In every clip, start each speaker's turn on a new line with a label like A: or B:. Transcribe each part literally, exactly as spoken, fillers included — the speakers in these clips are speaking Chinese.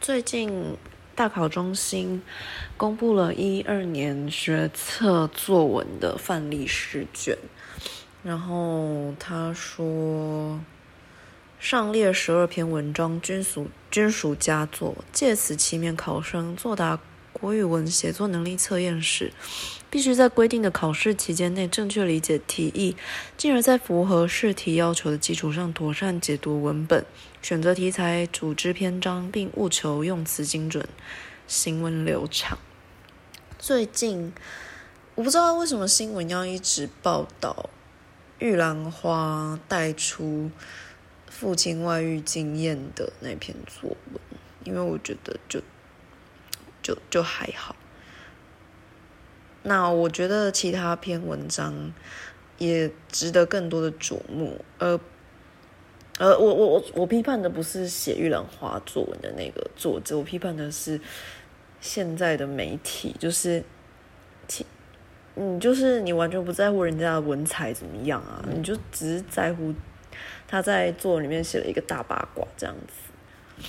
A: 最近大考中心公布了一二年学测作文的范例试卷，然后他说上列十二篇文章均属均属佳作，借此期勉考生作答国语文写作能力测验时，必须在规定的考试期间内正确理解题意，进而在符合试题要求的基础上妥善解读文本，选择题材、组织篇章，并务求用词精准、行文流畅。最近我不知道为什么新闻要一直报道玉兰花带出父亲外遇经验的那篇作文，因为我觉得就就就还好。那我觉得其他篇文章也值得更多的瞩目，而呃，我我我我批判的不是写玉兰花作文的那个作者，我批判的是现在的媒体，就是你就是你完全不在乎人家的文采怎么样啊，你就只是在乎他在作文里面写了一个大八卦这样子。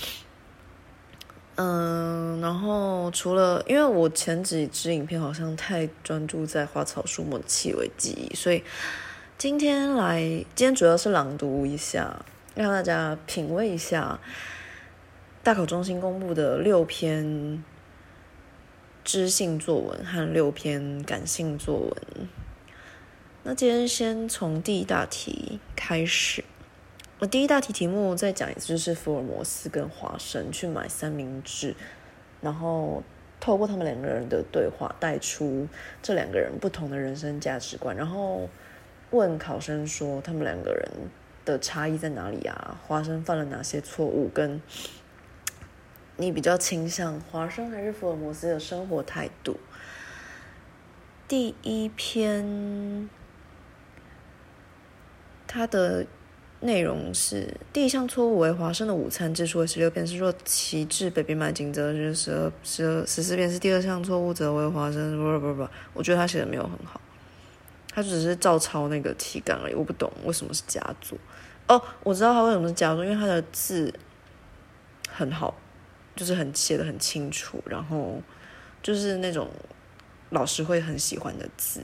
A: 嗯，然后除了因为我前几支影片好像太专注在花草树木的气味记忆，所以今天来今天主要是朗读一下，让大家品味一下大考中心公布的六篇知性作文和六篇感性作文。那今天先从第一大题开始。我第一大题题目再讲一次，就是福尔摩斯跟华生去买三明治，然后透过他们两个人的对话带出这两个人不同的人生价值观，然后问考生说他们两个人的差异在哪里啊？华生犯了哪些错误？跟你比较倾向华生还是福尔摩斯的生活态度？第一篇它的内容是第一项错误为华生的午餐支出为十六遍，是若其至北边买景则是十二十二十四遍，是第二项错误则为华生不不不不，我觉得他写的没有很好，他只是照抄那个题干而已，我不懂为什么是佳作。哦，我知道他为什么是佳作，因为他的字很好，就是很写的很清楚，然后就是那种老师会很喜欢的字。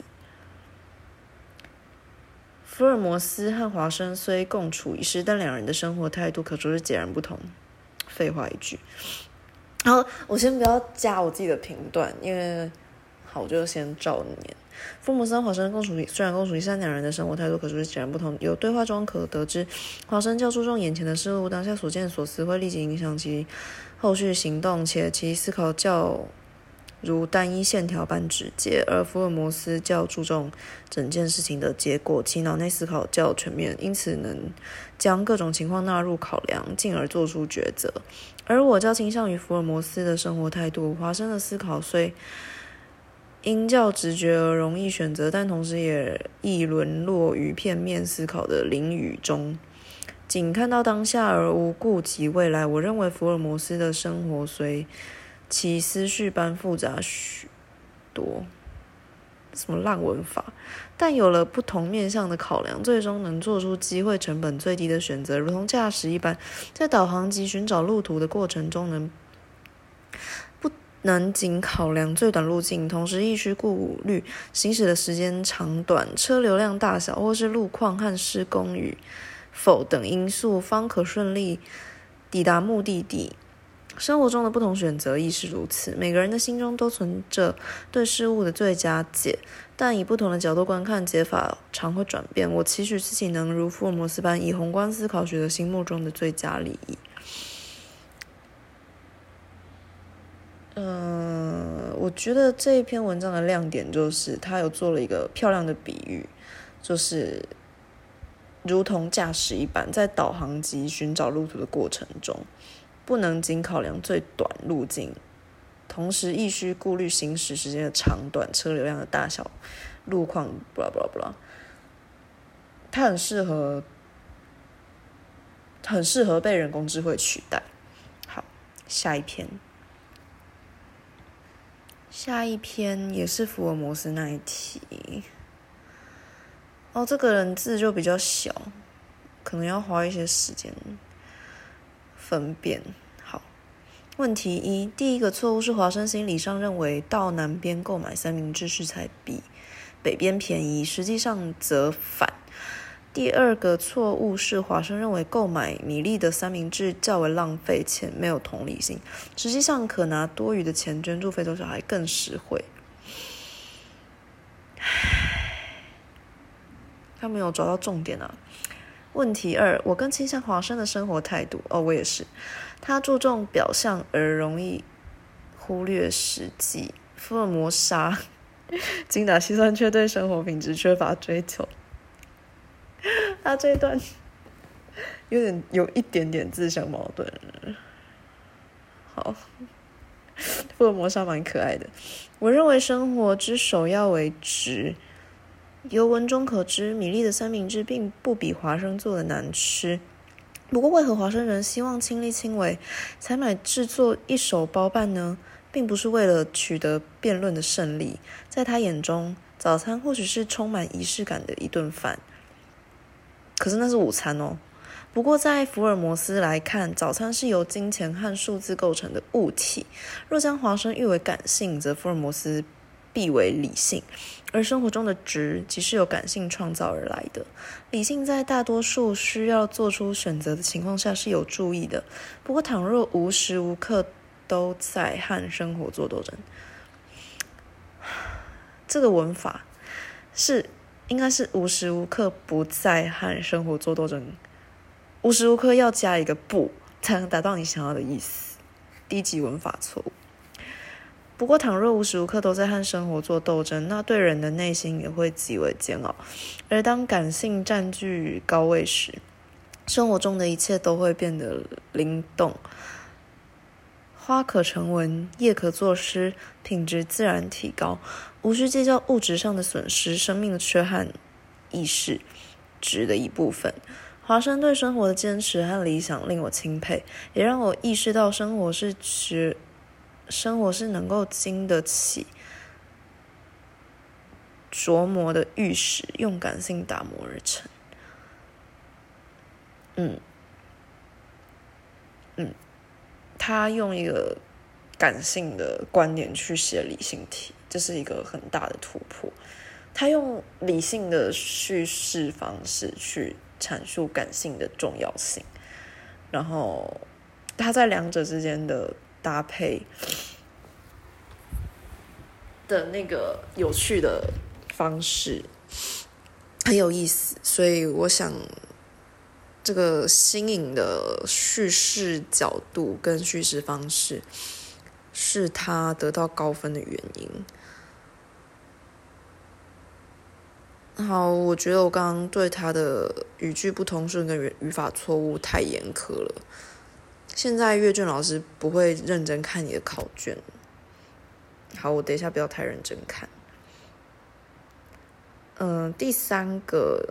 A: 福尔摩斯和华生虽共处一室，但两人的生活态度可说是截然不同。废话一句。好，我先不要加我自己的评断，因为好，我就先照念。福尔摩斯和华生共处虽然共处一室，但两人的生活态度可说是截然不同。由对话中可得知，华生较注重眼前的事物，当下所见所思会立即影响其后续行动，且其思考较如单一线条般直接，而福尔摩斯较注重整件事情的结果，其脑内思考较全面，因此能将各种情况纳入考量，进而做出抉择。而我较倾向于福尔摩斯的生活态度，华生的思考虽因较直觉而容易选择，但同时也易沦落于片面思考的囹圄中，仅看到当下而无顾及未来。我认为福尔摩斯的生活虽其思绪般复杂许多，什么烂文法，但有了不同面向的考量，最终能做出机会成本最低的选择，如同驾驶一般，在导航及寻找路途的过程中能不能仅考量最短路径，同时亦需顾虑行驶的时间长短、车流量大小，或是路况和施工与否等因素，方可顺利抵达目的地。生活中的不同选择亦是如此，每个人的心中都存着对事物的最佳解，但以不同的角度观看，解法常会转变。我期许自己能如福尔摩斯般以宏观思考取得心目中的最佳利益。嗯，我觉得这一篇文章的亮点就是他有做了一个漂亮的比喻，就是如同驾驶一般，在导航及寻找路途的过程中，不能仅考量最短路径，同时亦需顾虑行驶时间的长短、车流量的大小、路况 blah blah blah。 它很适合很适合被人工智慧取代。好，下一篇下一篇也是福尔摩斯那一题。哦，这个人字就比较小，可能要花一些时间分辨。好， 问题一，第一个错误是华生心理上认为到南边购买三明治食材比北边便宜，实际上则反。第二个错误是华生认为购买米粒的三明治较为浪费钱，没有同理心，实际上可拿多余的钱捐助非洲小孩更实惠。他没有找到重点啊。问题二，我更倾向华生的生活态度。哦，我也是。他注重表象而容易忽略实际。福尔摩沙精打细算却对生活品质缺乏追求。他这一段有点有一点点自相矛盾。好，福尔摩沙蛮可爱的。我认为生活之首要为值。由文中可知，米粒的三明治并不比华生做的难吃。不过，为何华生人希望亲力亲为，才买制作一手包办呢？并不是为了取得辩论的胜利。在他眼中，早餐或许是充满仪式感的一顿饭。可是那是午餐哦。不过在福尔摩斯来看，早餐是由金钱和数字构成的物体。若将华生誉为感性，则福尔摩斯必为理性。而生活中的值即是由感性创造而来的。理性在大多数需要做出选择的情况下是有注意的。不过倘若无时无刻都在和生活做斗争，这个文法是应该是无时无刻不在和生活做斗争，无时无刻要加一个不，才能达到你想要的意思。低级文法错误。不过倘若无时无刻都在和生活做斗争，那对人的内心也会极为煎熬。而当感性占据高位时，生活中的一切都会变得灵动。花可成文，叶可作诗，品质自然提高，无需计较物质上的损失，生命的缺憾亦是值的一部分。华生对生活的坚持和理想令我钦佩，也让我意识到生活是绝生活是能够经得起琢磨的玉石，用感性打磨而成。嗯嗯，他用一个感性的观点去写理性题，这是一个很大的突破。他用理性的叙事方式去阐述感性的重要性，然后他在两者之间的搭配的那个有趣的方式很有意思，所以我想这个新颖的叙事角度跟叙事方式是他得到高分的原因。好，我觉得我刚刚对他的语句不通顺跟语法错误太严苛了。现在阅卷老师不会认真看你的考卷。好，我等一下不要太认真看。嗯、呃，第三个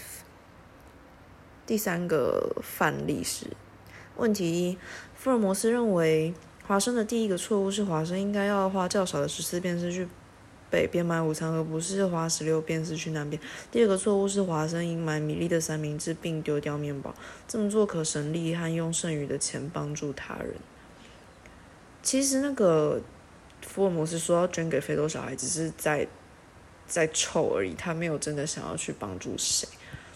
A: 第三个范例是问题一：福尔摩斯认为华生的第一个错误是华生应该要花较少的十四便士去北边买午餐，而不是花十六便士去南边。第二个错误是华生应买米粒的三明治并丢掉面包，这么做可省力和用剩余的钱帮助他人。其实那个福尔摩斯说要捐给非洲小孩，只是在在臭而已，他没有真的想要去帮助谁。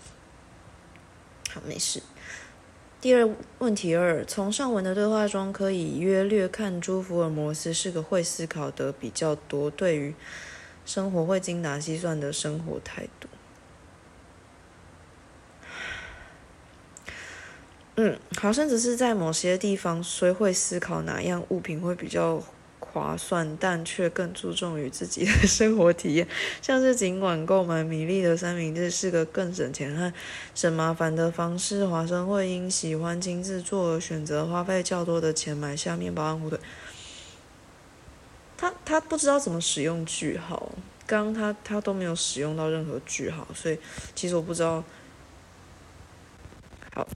A: 好，没事。第二问题二，从上文的对话中可以约略看出福尔摩斯是个会思考的比较多，对于生活会精打细算的生活态度。嗯，好像只是在某些地方虽会思考哪样物品会比较划算，但却更注重于自己的生活体验。像是尽管购买米粒的三明治是个更省钱和省麻烦的方式，华生会因喜欢亲自做而选择花费较多的钱买下面包和火腿。他他不知道怎么使用句号，刚刚他他都没有使用到任何句号，所以其实我不知道。好。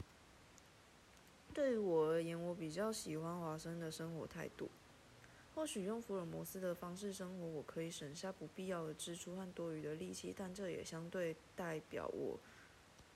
A: 对于我而言，我比较喜欢华生的生活态度。或许用福尔摩斯的方式生活，我可以省下不必要的支出和多余的力气，但这也相对代表我，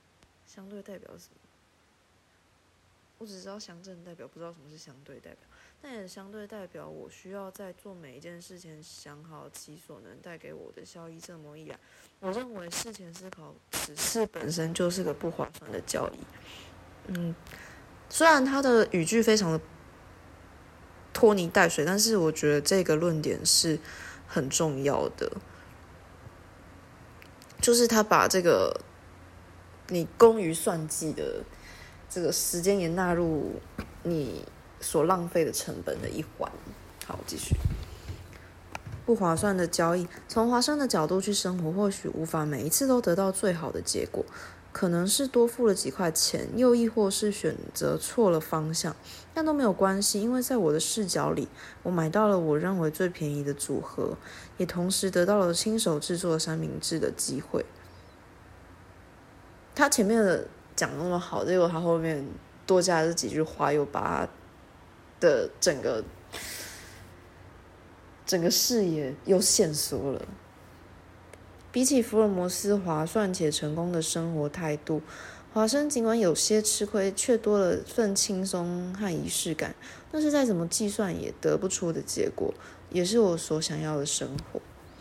A: 相对代表什么？我只知道乡镇代表，不知道什么是相对代表。 但也相对代表我需要在做每一件事前想好其所能带给我的效益。这么一来，我认为事前思考此事本身就是个不划算的交易。嗯，虽然他的语句非常的拖泥带水，但是我觉得这个论点是很重要的，就是他把这个你工于算计的这个时间也纳入你所浪费的成本的一环。好，继续。不划算的交易，从华生的角度去生活，或许无法每一次都得到最好的结果，可能是多付了几块钱，又亦或是选择错了方向，但都没有关系，因为在我的视角里，我买到了我认为最便宜的组合，也同时得到了亲手制作三明治的机会。他前面的讲那么好，结果他后面多加这几句话，又把他的整个整个视野又限缩了。比起福尔摩斯划算且成功的生活态度，华生尽管有些吃亏，却多了份轻松和仪式感。那是再怎么计算也得不出的结果，也是我所想要的生活。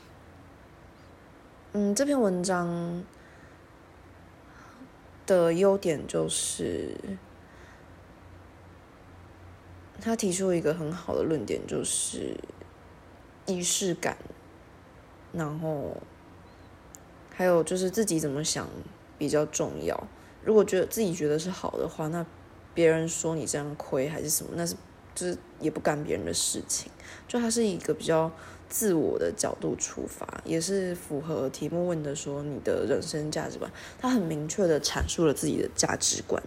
A: 嗯，这篇文章的优点就是他提出一个很好的论点，就是仪式感，然后还有就是自己怎么想比较重要。如果觉得自己觉得是好的话，那别人说你这样亏还是什么，那是就是也不干别人的事情。就它是一个比较自我的角度出发，也是符合题目问的说你的人生价值观。他很明确的阐述了自己的价值观。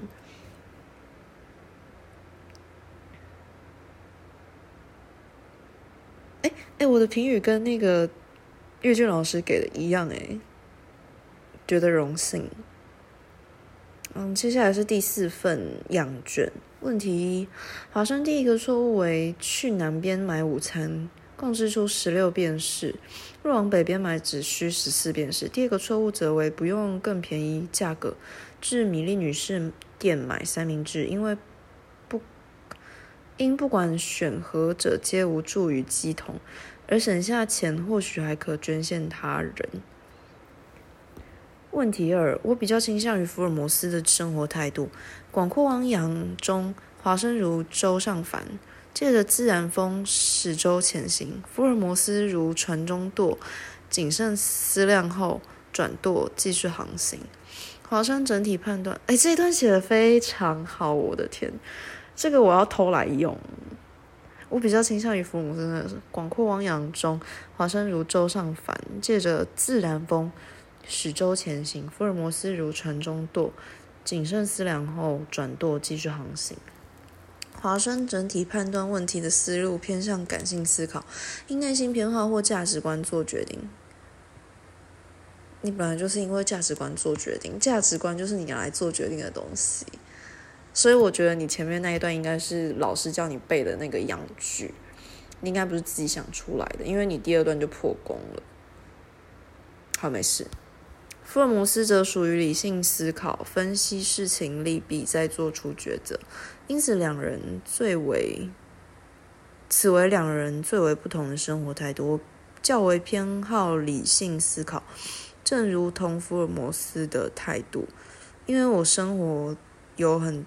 A: 哎哎，我的评语跟那个阅卷老师给的一样，哎，觉得荣幸。嗯，接下来是第四份样卷。问题一：华生第一个错误为去南边买午餐，共支出十六便士；若往北边买，只需十四便士。第二个错误则为不用更便宜价格至米莉女士店买三明治，因为不因不管选何者皆无助于鸡同，而省下钱或许还可捐献他人。问题二：我比较倾向于福尔摩斯的生活态度。广阔汪洋中，华生如舟上帆，借着自然风驶舟前行；福尔摩斯如船中舵，谨慎思量后转舵继续航行。华生整体判断，哎，这一段写得非常好，我的天，这个我要偷来用。我比较倾向于福尔摩斯的广阔汪洋中，华生如舟上帆，借着自然风驶舟前行；福尔摩斯如船中舵，谨慎思量后转舵继续航行。华生整体判断问题的思路偏向感性思考，因内心偏好或价值观做决定。你本来就是因为价值观做决定，价值观就是你要来做决定的东西。所以我觉得你前面那一段应该是老师叫你背的那个样句，你应该不是自己想出来的，因为你第二段就破功了。好，没事。福尔摩斯则属于理性思考，分析事情利弊，再做出抉择，因此两人最为此为两人最为不同的生活态度。我较为偏好理性思考，正如同福尔摩斯的态度，因为我生活有很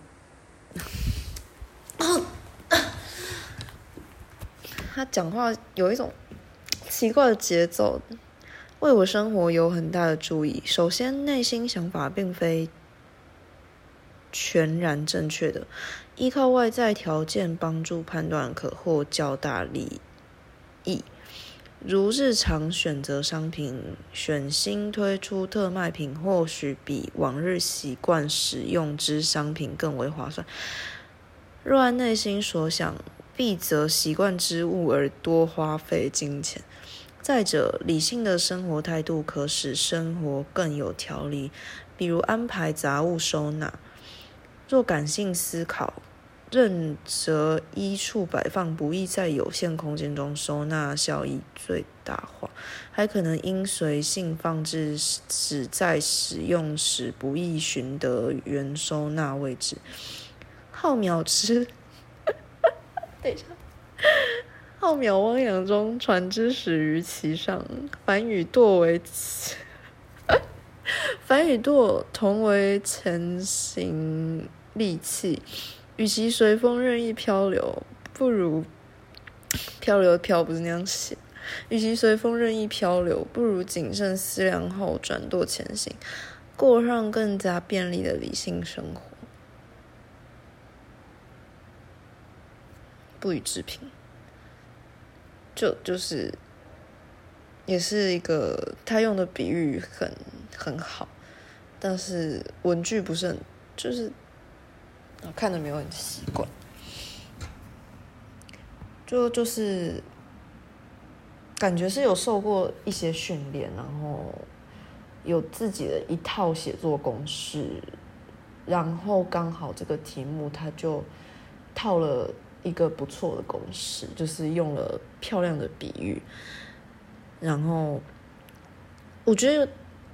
A: 他讲话有一种奇怪的节奏，为我生活有很大的注意。首先，内心想法并非全然正确的，依靠外在条件帮助判断可获较大利益。如日常选择商品，选新推出特卖品，或许比往日习惯使用之商品更为划算。若按内心所想，必则习惯之物而多花费金钱。再者，理性的生活态度可使生活更有条理，比如安排杂物收纳。若感性思考，任则依处摆放，不易在有限空间中收纳效益最大化，还可能因随性放置，使在使用时不易寻得原收纳位置。好秒吃等一下浩渺汪洋中，船只驶于其上，帆与舵为帆与舵同为前行利器，与其随风任意漂流，不如漂流漂不是那样写。与其随风任意漂流，不如谨慎思量后转舵前行，过上更加便利的理性生活。不予置评。就就是也是一个他用的比喻很很好，但是文句不是很，就是我看着没有很习惯。就就是感觉是有受过一些训练，然后有自己的一套写作公式，然后刚好这个题目他就套了一个不错的公式，就是用了漂亮的比喻，然后我觉得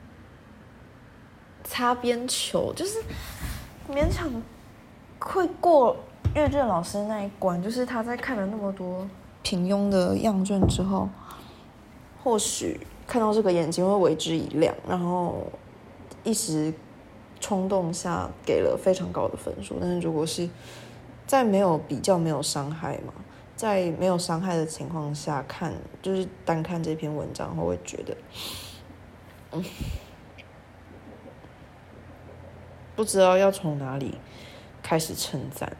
A: 擦边球就是勉强会过阅卷老师那一关，就是他在看了那么多平庸的样卷之后，或许看到这个眼睛会为之一亮，然后一时冲动下给了非常高的分数。但是如果是在没有比较没有伤害嘛，在没有伤害的情况下看，就是单看这篇文章后会觉得嗯，不知道要从哪里开始称赞。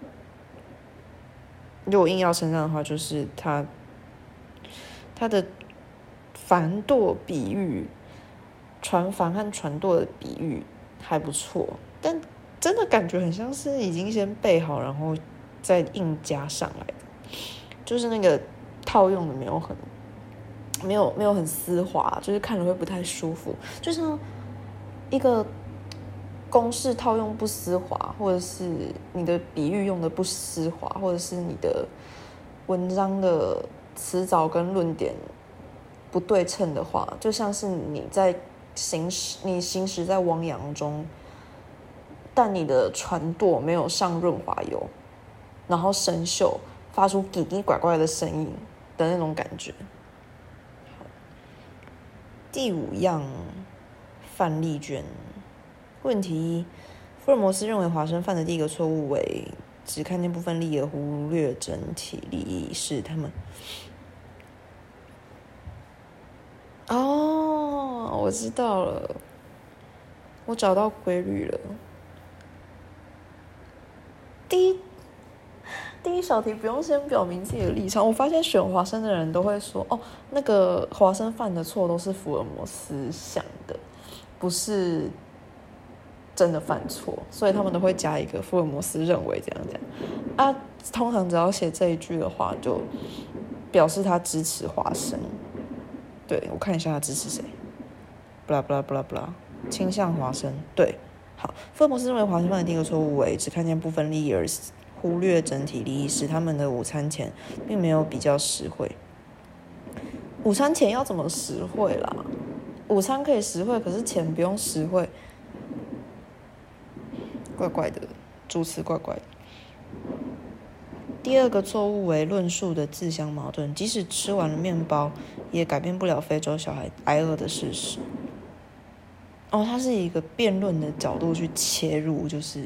A: 如果硬要称赞的话，就是他他的帆舵比喻，船帆和船舵的比喻还不错，但真的感觉很像是已经先背好，然后再硬加上来的，就是那个套用的没有很没有没有很丝滑，就是看了会不太舒服，就像一个公式套用不丝滑，或者是你的比喻用的不丝滑，或者是你的文章的词藻跟论点不对称的话，就像是你在行驶你行驶在汪洋中，但你的船舵没有上润滑油，然后生锈，发出叽叽拐拐的声音的那种感觉。第五样范例卷问题一：福尔摩斯认为华生犯的第一个错误为只看见部分利益而忽略整体利益，是他们。哦，我知道了，我找到规律了。第一，第一小题不用先表明自己的立场。我发现选华生的人都会说，哦，那个华生犯的错都是福尔摩斯想的，不是真的犯错，所以他们都会加一个福尔摩斯认为这样这样啊。通常只要写这一句的话，就表示他支持华生。对，我看一下他支持谁，不啦不啦不啦不啦，倾向华生。对，好，福尔摩斯认为华生犯的第一个错误为只看见部分利益而忽略整体利益，使他们的午餐钱并没有比较实惠。午餐钱要怎么实惠啦？午餐可以实惠，可是钱不用实惠，怪怪的，主词怪怪的。第二个错误为论述的自相矛盾，即使吃完了面包，也改变不了非洲小孩挨饿的事实。哦，它是以一个辩论的角度去切入，就是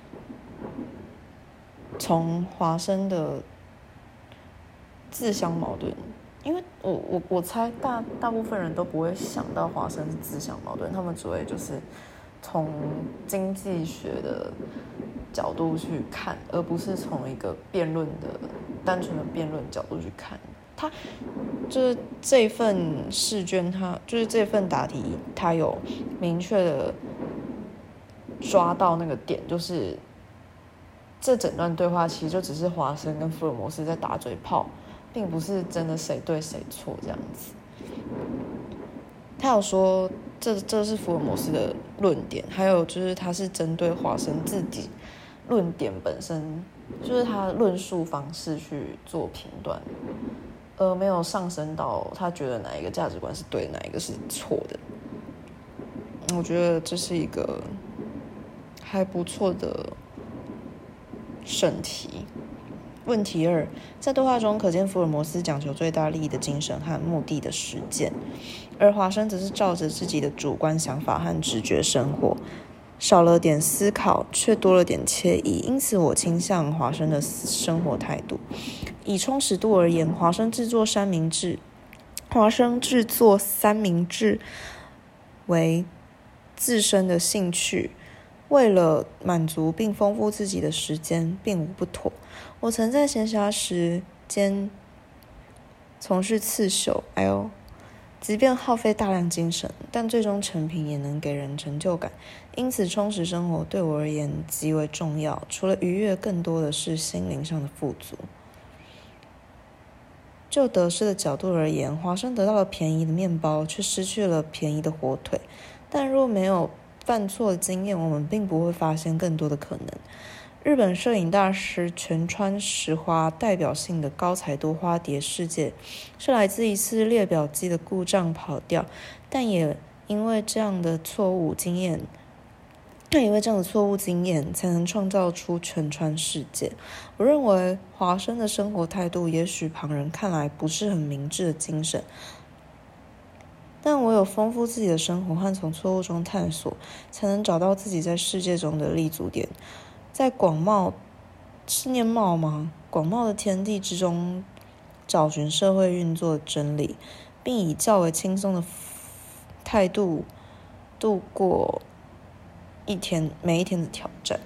A: 从华生的自相矛盾，因为我我我猜大大部分人都不会想到华生是自相矛盾，他们只会就是从经济学的角度去看，而不是从一个辩论的单纯的辩论角度去看。他就是这份试卷，他就是这份答题，他有明确的抓到那个点，就是这整段对话其实就只是华生跟福尔摩斯在打嘴炮，并不是真的谁对谁错这样子。他有说这这是福尔摩斯的论点，还有就是他是针对华生自己论点本身，就是他论述方式去做评断，而没有上升到他觉得哪一个价值观是对的，哪一个是错的。我觉得这是一个还不错的审题。 问题二，在对话中可见福尔摩斯讲求最大利益的精神和目的的实践，而华生则是照着自己的主观想法和直觉生活，少了点思考，却多了点惬意。因此，我倾向华生的生活态度。以充实度而言，华生制作三明治，华生制作三明治为自身的兴趣，为了满足并丰富自己的时间，并无不妥。我曾在闲暇时间从事刺绣，哎呦，即便耗费大量精神，但最终成品也能给人成就感。因此，充实生活对我而言极为重要。除了愉悦，更多的是心灵上的富足。就得失的角度而言，华生得到了便宜的面包，却失去了便宜的火腿。但若没有犯错的经验，我们并不会发现更多的可能。日本摄影大师全川石花代表性的高彩度花蝶世界，是来自一次列表机的故障跑掉，但也因为这样的错误经验，但因为这样的错误经验，才能创造出全川世界。我认为华生的生活态度，也许旁人看来不是很明智的精神，但唯有丰富自己的生活和从错误中探索，才能找到自己在世界中的立足点。在广袤是念袤吗？广袤的天地之中，找寻社会运作的真理，并以较为轻松的态度度过一天每一天的挑战。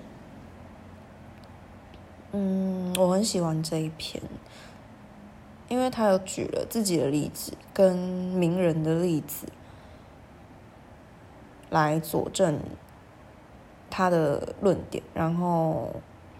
A: 嗯，我很喜欢这一篇，因为他有举了自己的例子跟名人的例子来佐证他的论点，然后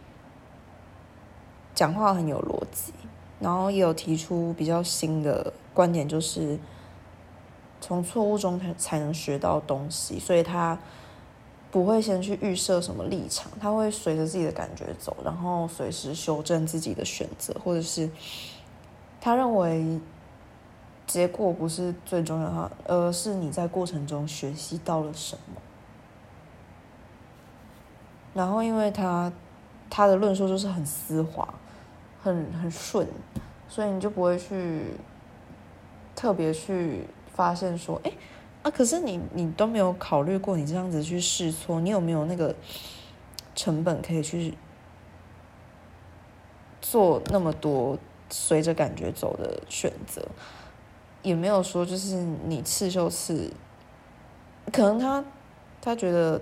A: 讲话很有逻辑，然后也有提出比较新的观点，就是从错误中才能学到东西，所以他不会先去预设什么立场，他会随着自己的感觉走，然后随时修正自己的选择，或者是他认为结果不是最重要的，而是你在过程中学习到了什么。然后因为他他的论述就是很丝滑，很很顺，所以你就不会去特别去发现说，哎啊，可是你你都没有考虑过，你这样子去试错，你有没有那个成本可以去做那么多随着感觉走的选择？也没有说就是你刺就刺，可能他他觉得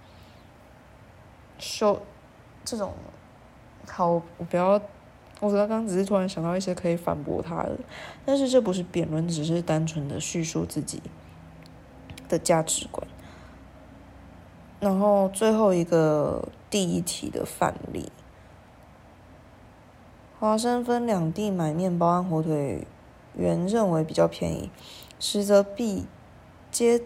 A: 修这种好，我不要，我刚刚只是突然想到一些可以反驳他的，但是这不是辩论，只是单纯的叙述自己的价值观。然后最后一个第一题的范例，华生分两地买面包和火腿，原认为比较便宜，实则比街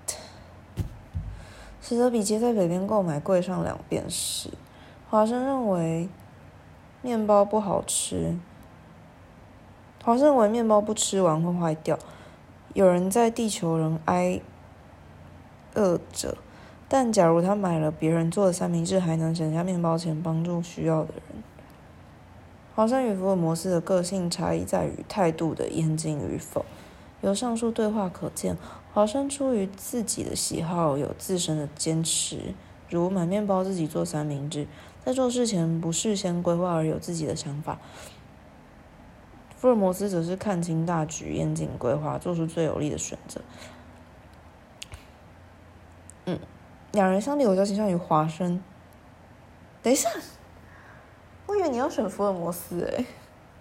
A: 实则比街在北边购买贵上两便士。华生认为面包不好吃，华生认为面包不吃完会坏掉，有人在地球人挨饿着，但假如他买了别人做的三明治，还能省下面包钱帮助需要的人。华生与福尔摩斯的个性差异在于态度的严谨与否。由上述对话可见，华生出于自己的喜好，有自身的坚持，如买面包自己做三明治，在做事前不事先规划而有自己的想法。福尔摩斯则是看清大局，严谨规划，做出最有利的选择。嗯，两人相比，我较倾向于华生。等一下，我以为你要选福尔摩斯诶、欸。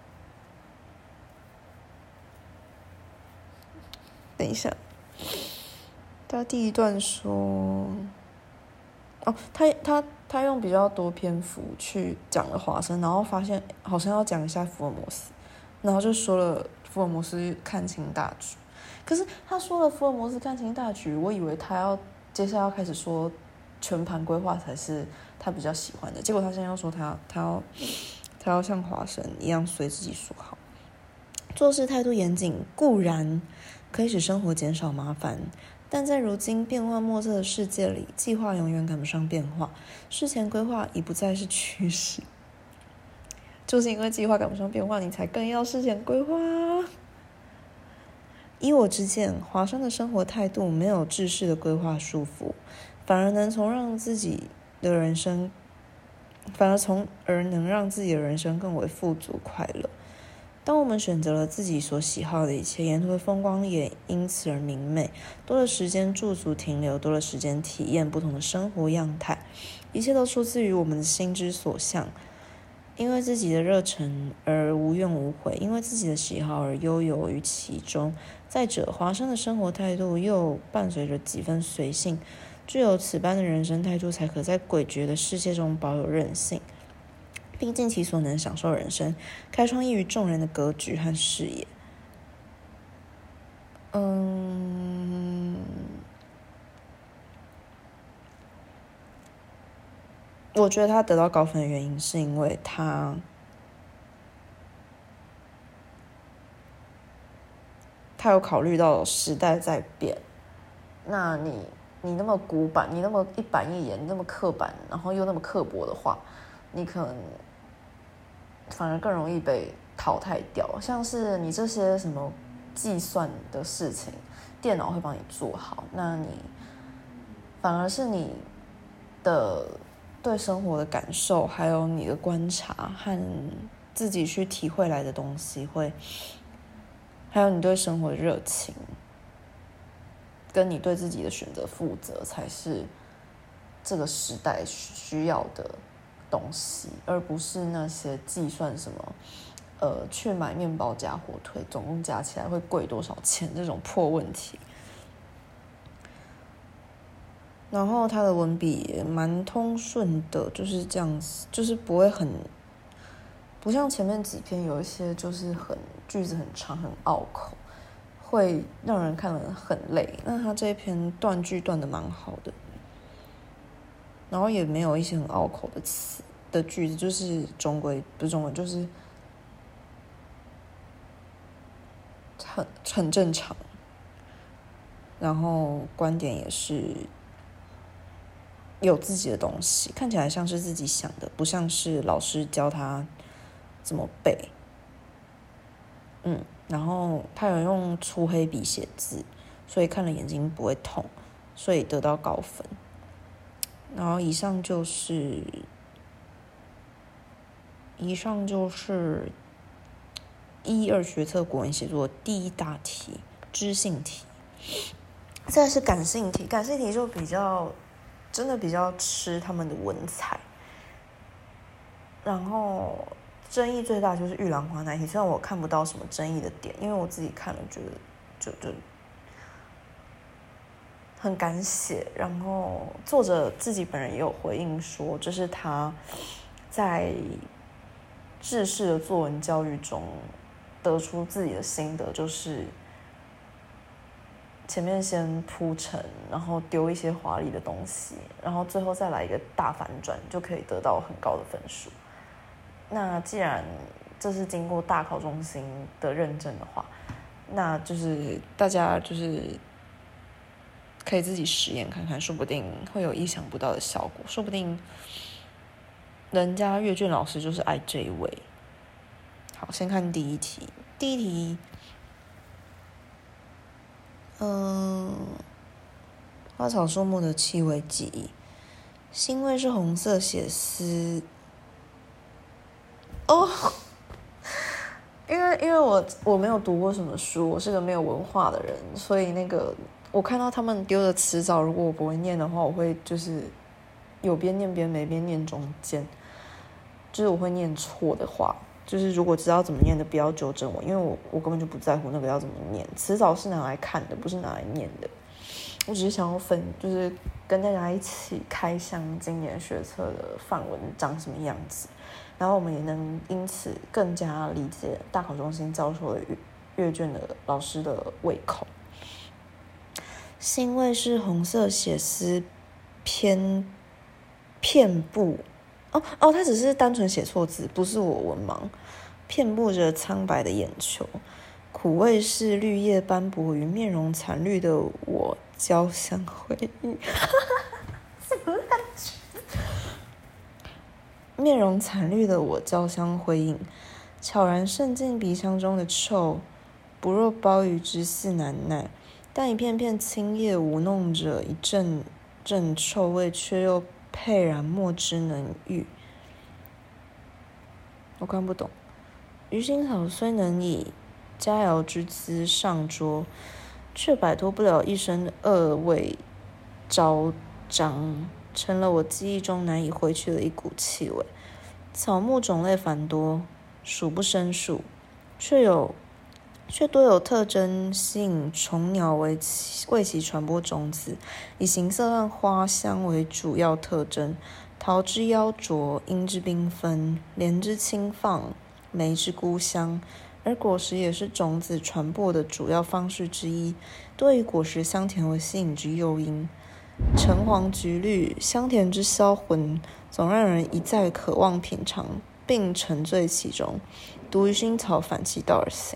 A: 等一下，他第一段说，哦，他他他用比较多篇幅去讲了华生，然后发现好像要讲一下福尔摩斯，然后就说了福尔摩斯看清大局。可是他说了福尔摩斯看清大局，我以为他要接下来要开始说全盘规划才是他比较喜欢的，结果他现在要说他他要他要像华生一样随自己说好，做事态度严谨固然可以使生活减少麻烦，但在如今变幻莫测的世界里，计划永远赶不上变化，事前规划已不再是趋势。 就是因为计划赶不上变化，你才更要事前规划啊。依我之见，华生的生活态度没有制式的规划束缚，反而能从让自己的人生，反而从而能让自己的人生更为富足快乐。当我们选择了自己所喜好的一切，沿途的风光也因此而明媚，多了时间驻足停留，多了时间体验不同的生活样态，一切都出自于我们的心之所向。因为自己的热忱而无怨无悔，因为自己的喜好而悠游于其中。再者，华生的生活态度又伴随着几分随性，具有此般的人生态度，才可在诡谲的世界中保有韧性，并尽其所能享受人生，开创异于众人的格局和视野。嗯，我觉得他得到高分的原因是因为他他有考虑到时代在变，那你你那么古板，你那么一板一眼，你那么刻板，然后又那么刻薄的话，你可能反而更容易被淘汰掉。像是你这些什么计算的事情，电脑会帮你做好，那你反而是你的对生活的感受，还有你的观察和自己去体会来的东西会，还有你对生活的热情，跟你对自己的选择负责，才是这个时代需要的东西，而不是那些计算什么呃，去买面包加火腿总共加起来会贵多少钱这种破问题。然后他的文笔也蛮通顺的，就是这样子，就是不会很不像前面几篇有一些就是很句子很长很拗口，会让人看了很累。那他这一篇断句断的蛮好的，然后也没有一些很拗口的词的句子，就是中规不是中文，就是很很正常。然后观点也是有自己的东西，看起来像是自己想的，不像是老师教他怎么背。嗯，然后他有用粗黑笔写字，所以看了眼睛不会痛，所以得到高分。然后以上就是以上就是一二学测国文写作第一大题，知性题。再来是感性题，感性题就比较真的比较吃他们的文采。然后争议最大就是玉兰花那一题，虽然我看不到什么争议的点，因为我自己看了觉得就就很敢写。然后作者自己本人也有回应说，这是他在制式的作文教育中得出自己的心得，就是前面先铺陈，然后丢一些华丽的东西，然后最后再来一个大反转，就可以得到很高的分数。那既然这是经过大考中心的认证的话，那就是大家就是可以自己实验看看，说不定会有意想不到的效果，说不定人家阅卷老师就是爱这一位。好，先看第一题。第一题嗯，花草树木的气味记忆，腥味是红色血丝。哦，因为因为我我没有读过什么书，我是个没有文化的人，所以那个我看到他们丢的词藻，如果我不会念的话，我会就是有边念边没边念中间，就是我会念错的话。就是如果知道怎么念的，不要纠正我，因为我我根本就不在乎那个要怎么念。词藻是拿来看的，不是拿来念的。我只是想要分，就是跟大家一起开箱今年学测的范文长什么样子，然后我们也能因此更加理解大考中心教授的阅卷的老师的胃口。腥味是红色血丝偏遍布。哦哦，他只是单纯写错字，不是我文盲。遍布着苍白的眼球，苦味是绿叶斑驳于面容惨绿的我交相回忆。什么烂句？ 面容惨绿的我交相辉映，悄然渗进鼻腔中的臭，不若鲍鱼之肆难耐，但一片片青叶舞弄着一阵阵臭味，却又沛然莫之能喻。我看不懂。鱼腥草虽能以佳肴之姿上桌，却摆脱不了一身恶味昭彰，成了我记忆中难以挥去的一股气味。草木种类繁多，数不胜数，却有却多有特征吸引虫鸟为其为其传播种子，以形色和花香为主要特征。桃之妖灼，樱之缤纷，莲之清放，梅之孤香，而果实也是种子传播的主要方式之一，多以果实香甜为吸引之诱因。橙黄橘绿，香甜之销魂，总让人一再渴望品尝，并沉醉其中。独鱼腥草反其道而行。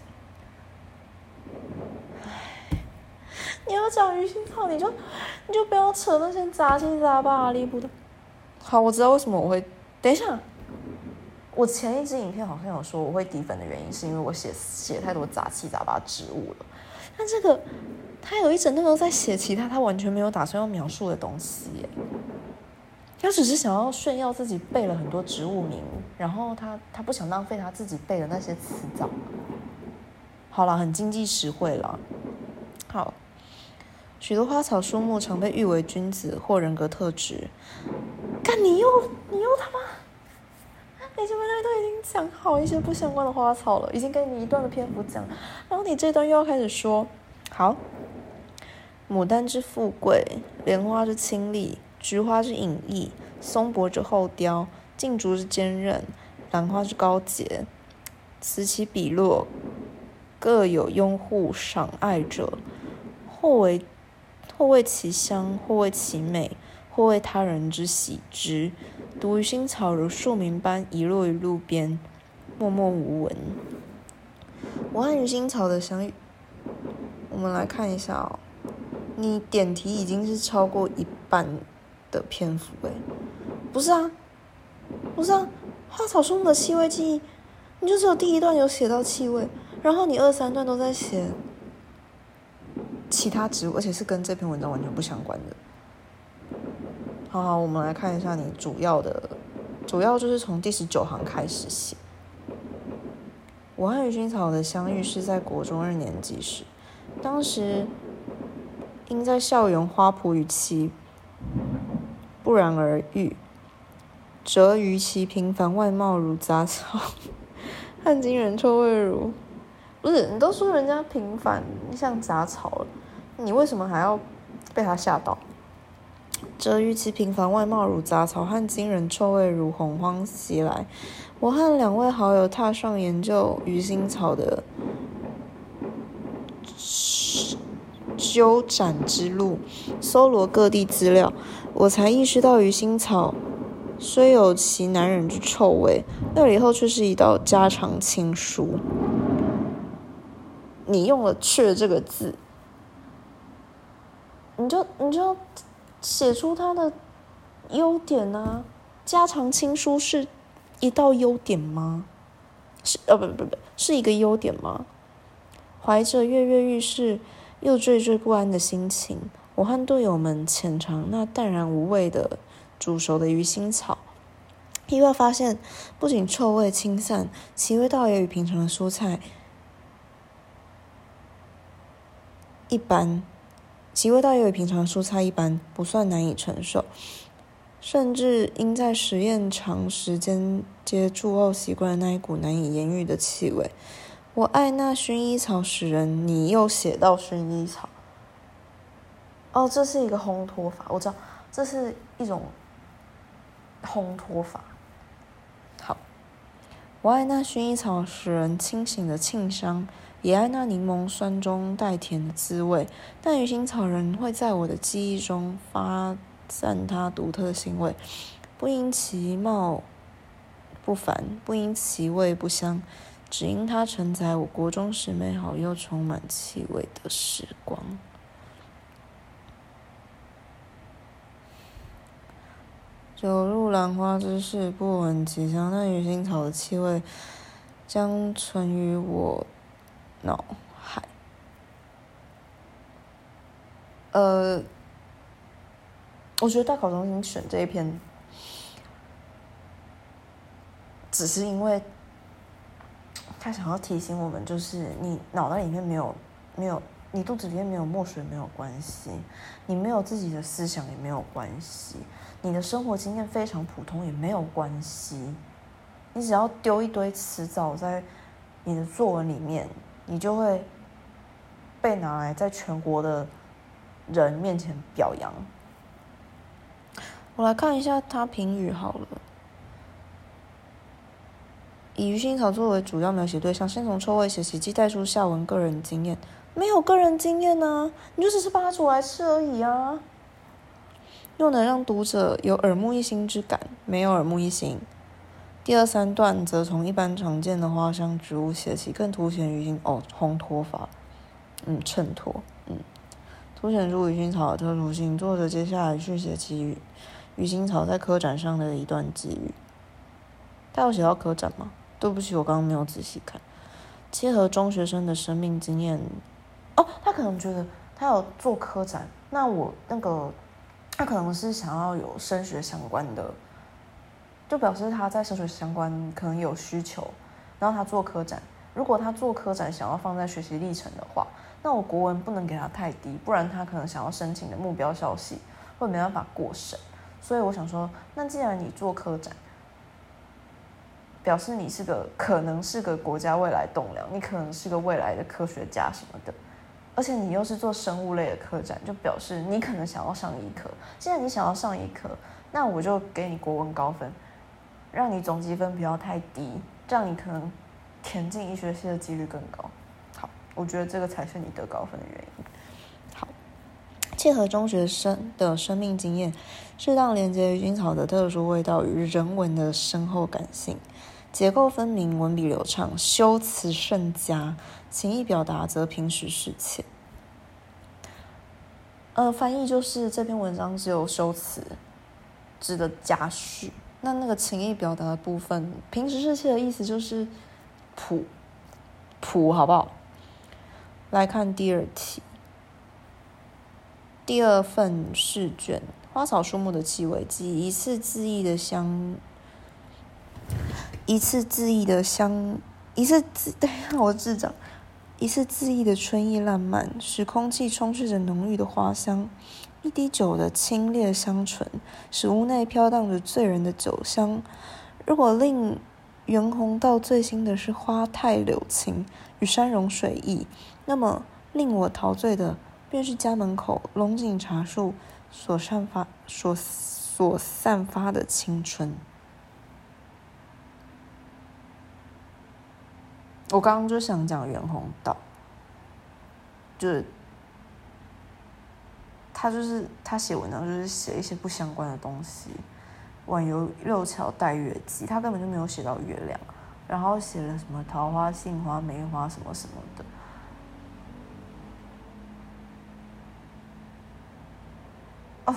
A: 你要讲鱼腥草，你就你就不要扯那些杂七杂八阿里不的。好，我知道为什么我会。等一下，我前一支影片好像有说我会低分的原因，是因为我写写太多杂七杂八植物了。但这个他有一整段都在写其他他完全没有打算要描述的东西耶。他只是想要炫耀自己背了很多植物名，然后他他不想浪费他自己背的那些词藻。好啦，很经济实惠啦。好，许多花草树木常被誉为君子或人格特质。干你又你又他妈！你前面那段已经讲好一些不相关的花草了，已经给你一段的篇幅讲，然后你这段又要开始说，好，牡丹之富贵，莲花之清丽，菊花之隐逸，松柏之厚雕，劲竹之坚韧，兰花之高洁，此起彼落，各有拥护赏爱者，或为或为其香，或为其美，或为他人之喜之。独鱼腥草如树名般遗落于路边，默默无闻。我和鱼腥草的相遇，我们来看一下哦。你点题已经是超过一半的篇幅诶，不是啊，不是啊，花草树木的气味记忆，你就只有第一段有写到气味，然后你二三段都在写其他植物，而且是跟这篇文章完全不相关的。好好，我们来看一下你主要的，主要就是从第十九行开始写。我和鱼腥草的相遇是在国中二年级时，当时因在校园花圃与其不然而遇，折于其平凡外貌如杂草，和惊人臭味如……不是，你都说人家平凡像杂草了，你为什么还要被他吓到？折于其平凡外貌如杂草，和惊人臭味如洪荒袭来。我和两位好友踏上研究鱼腥草的究展之路，搜罗各地资料，我才意识到鱼腥草虽有其难忍之臭味，料理后却是一道家常清蔬。你用了“却”这个字，你就你就要写出它的优点啊！家常清蔬是一道优点吗？是呃不不不，是一个优点吗？怀着跃跃欲试又惴惴不安的心情，我和队友们浅尝那淡然无味的煮熟的鱼腥草，意外发现不仅臭味清散，其味道也与平常的蔬菜一般。其味道也与平常蔬菜一般，不算难以承受，甚至因在实验长时间接触后习惯了那一股难以言喻的气味。我爱那薰衣草使人，你又写到薰衣草。哦，这是一个烘托法，我知道，这是一种烘托法。好，我爱那薰衣草使人清醒的沁香。也爱那柠檬酸中带甜的滋味，但鱼腥草人会在我的记忆中发散它独特的腥味，不因其貌不凡，不因其味不香，只因它承载我国中时美好又充满气味的时光。 酒入兰花之事，不闻其香，但鱼腥草的气味将存于我脑海。呃，我觉得大考中心选这一篇，只是因为他想要提醒我们，就是你脑袋里面没有没有，你肚子里面没有墨水没有关系，你没有自己的思想也没有关系，你的生活经验非常普通也没有关系，你只要丢一堆词藻在你的作文里面，你就会被拿来在全国的人面前表扬。我来看一下他评语好了。以鱼腥草作为主要描写对象，先从臭味写起，即带出下文个人经验。没有个人经验啊，你就只是把它煮来吃而已啊。又能让读者有耳目一新之感，没有耳目一新。第二三段则从一般常见的花香植物写起，更凸显鱼腥哦烘托法，嗯衬托，嗯凸显出鱼腥草的特殊性。作者接下来续写其鱼鱼腥草在科展上的一段际遇。他有写到科展吗？对不起，我刚刚没有仔细看。切合中学生的生命经验，哦，他可能觉得他有做科展，那我那个他可能是想要有升学相关的，就表示他在升学相关可能有需求，然后他做科展。如果他做科展想要放在学习历程的话，那我国文不能给他太低，不然他可能想要申请的目标校系会没办法过审。所以我想说，那既然你做科展，表示你是个可能是个国家未来栋梁，你可能是个未来的科学家什么的，而且你又是做生物类的科展，就表示你可能想要上医科。既然你想要上医科，那我就给你国文高分，让你总积分不要太低，这样你可能填进医学系的几率更高。好，我觉得这个才是你得高分的原因。好，切合中学生的生命经验，适当连接鱼腥草的特殊味道与人文的深厚感性。结构分明，文笔流畅，修辞甚佳，情意表达则平实适切。呃，翻译就是这篇文章只有修辞值得加序，那那个情意表达的部分，平实适切的意思就是朴朴，好不好？来看第二题，第二份试卷，花草树木的气味及一次恣意的香。一次恣意的香，一次自，等一下我智障，一次恣意的春意烂漫，使空气充斥着浓郁的花香。一滴酒的清冽香醇，使屋内飘荡着醉人的酒香。如果令袁宏道最新的是花态柳情与山容水意，那么令我陶醉的便是家门口龙井茶树所散发所所散发的青春。我刚刚就想讲袁宏道，就是他就是他写文章就是写一些不相关的东西，晚游六桥待月季，他根本就没有写到月亮，然后写了什么桃花、杏花、梅花什么什么的。哦，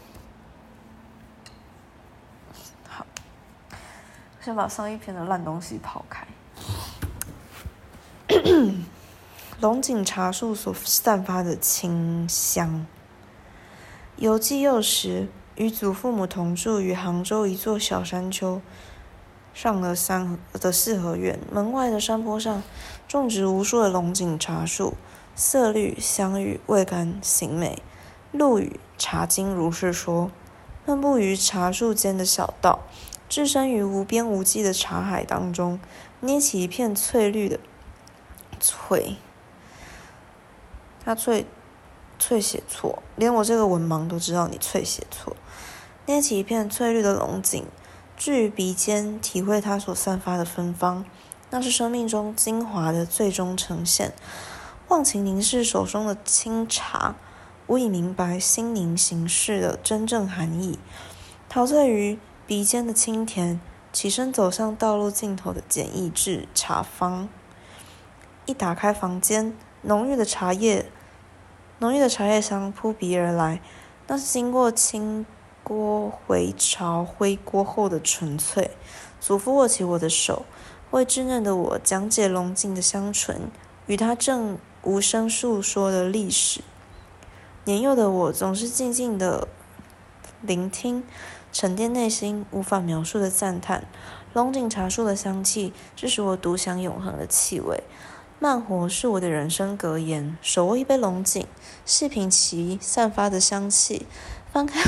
A: 好，先把上一篇的烂东西抛开。龙井茶树所散发的清香。游记幼时，与祖父母同住于杭州一座小山丘上的三的四合院，门外的山坡上种植无数的龙井茶树，色绿、香郁、味甘、形美。陆羽《茶经》如是说：漫步于茶树间的小道，置身于无边无际的茶海当中，捏起一片翠绿的翠。他翠翠写错，连我这个文盲都知道你翠写错。捏起一片翠绿的龙井，置于鼻尖，体会它所散发的芬芳，那是生命中精华的最终呈现。忘情凝视手中的清茶，无以明白心凝形式的真正含义。陶醉于鼻尖的清甜，起身走向道路尽头的简易制茶坊。一打开房间，浓郁的茶叶浓郁的茶叶香扑鼻而来，那是经过清锅回潮灰锅后的纯粹。祖父握起我的手，为稚嫩的我讲解龙井的香醇与他正无声述说的历史。年幼的我总是静静的聆听，沉淀内心无法描述的赞叹。龙井茶树的香气是使我独享永恒的气味。慢活是我的人生格言。手握一杯龙井，细品其散发的香气，翻开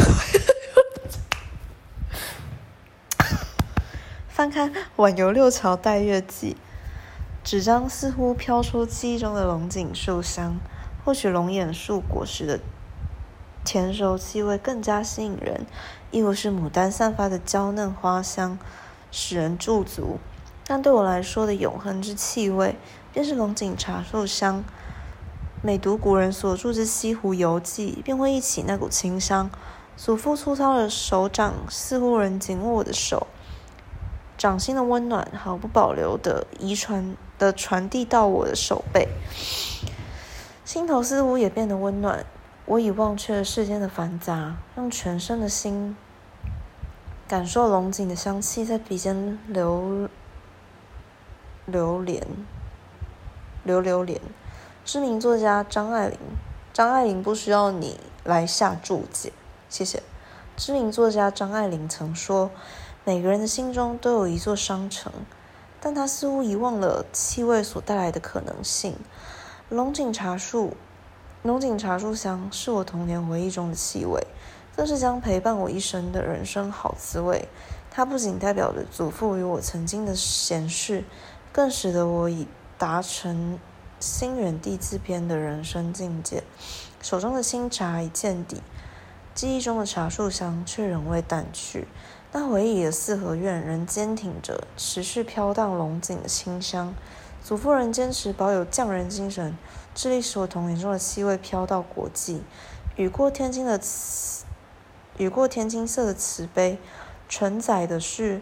A: 翻开《晚游六桥待月记》，纸张似乎飘出记忆中的龙井树香。或许龙眼树果实的甜熟气味更加吸引人，亦或是牡丹散发的娇嫩花香使人驻足。但对我来说的永恒之气味，便是龙井茶树香。每读古人所著之《西湖游记》，便会忆起那股清香。祖父粗糙的手掌似乎仍紧握我的手，掌心的温暖毫不保留地遗传的传递到我的手背，心头似乎也变得温暖。我已忘却了世间的繁杂，用全身的心感受龙井的香气在鼻尖流流连流流连。知名作家张爱玲，张爱玲不需要你来下注解，谢谢。知名作家张爱玲曾说，每个人的心中都有一座商城，但她似乎遗忘了气味所带来的可能性。龙井茶树，龙井茶树香是我童年回忆中的气味，更是将陪伴我一生的人生好滋味。它不仅代表着祖父与我曾经的闲适，更使得我已达成心远地自偏的人生境界。手中的清茶已见底，记忆中的茶树香却仍未淡去。那回忆里的四合院仍坚挺着，持续飘荡龙井的清香。祖父仍坚持保有匠人精神，致力使我童年中的气味飘到国际。雨过天青的瓷，雨过天青色的瓷杯，承载的是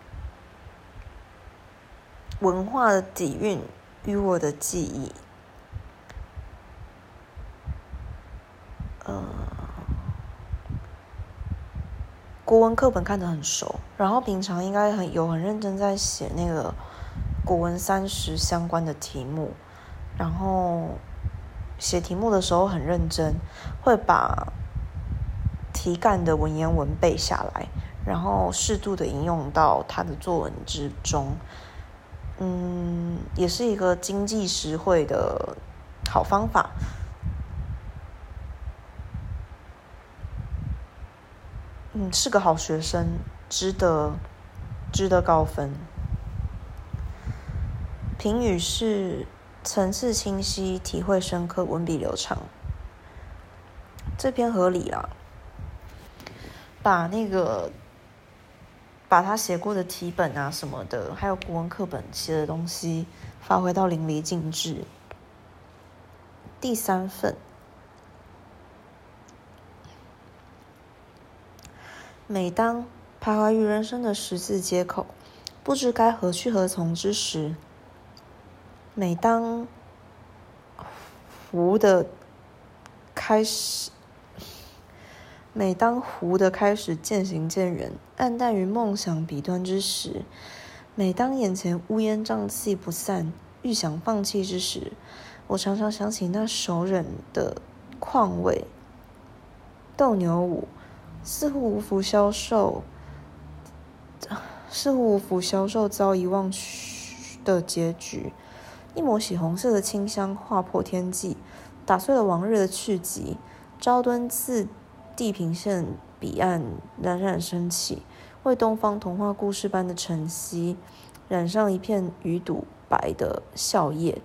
A: 文化的底蕴与我的记忆。呃，国文课本看得很熟，然后平常应该很有很认真在写那个国文三十相关的题目，然后写题目的时候很认真，会把题干的文言文背下来，然后适度的引用到他的作文之中。嗯，也是一个经济实惠的好方法。嗯，是个好学生，值得值得高分。评语是层次清晰，体会深刻，文笔流畅。这篇合理啦，把那个把他写过的题本啊什么的，还有国文课本写的东西发挥到淋漓尽致。第三份，每当徘徊于人生的十字街口，不知该何去何从之时，每当湖的开始，每当湖的开始渐行渐远，黯淡于梦想彼端之时，每当眼前乌烟瘴气不散，欲想放弃之时，我常常想起那熟稔的况味。斗牛舞似乎无福消受，似乎无福消受遭遗忘的结局。一抹血红色的清香划破天际，打碎了往日的去疾。朝敦自地平线彼岸冉冉升起，为东方童话故事般的晨曦染上一片鱼肚白的笑靥。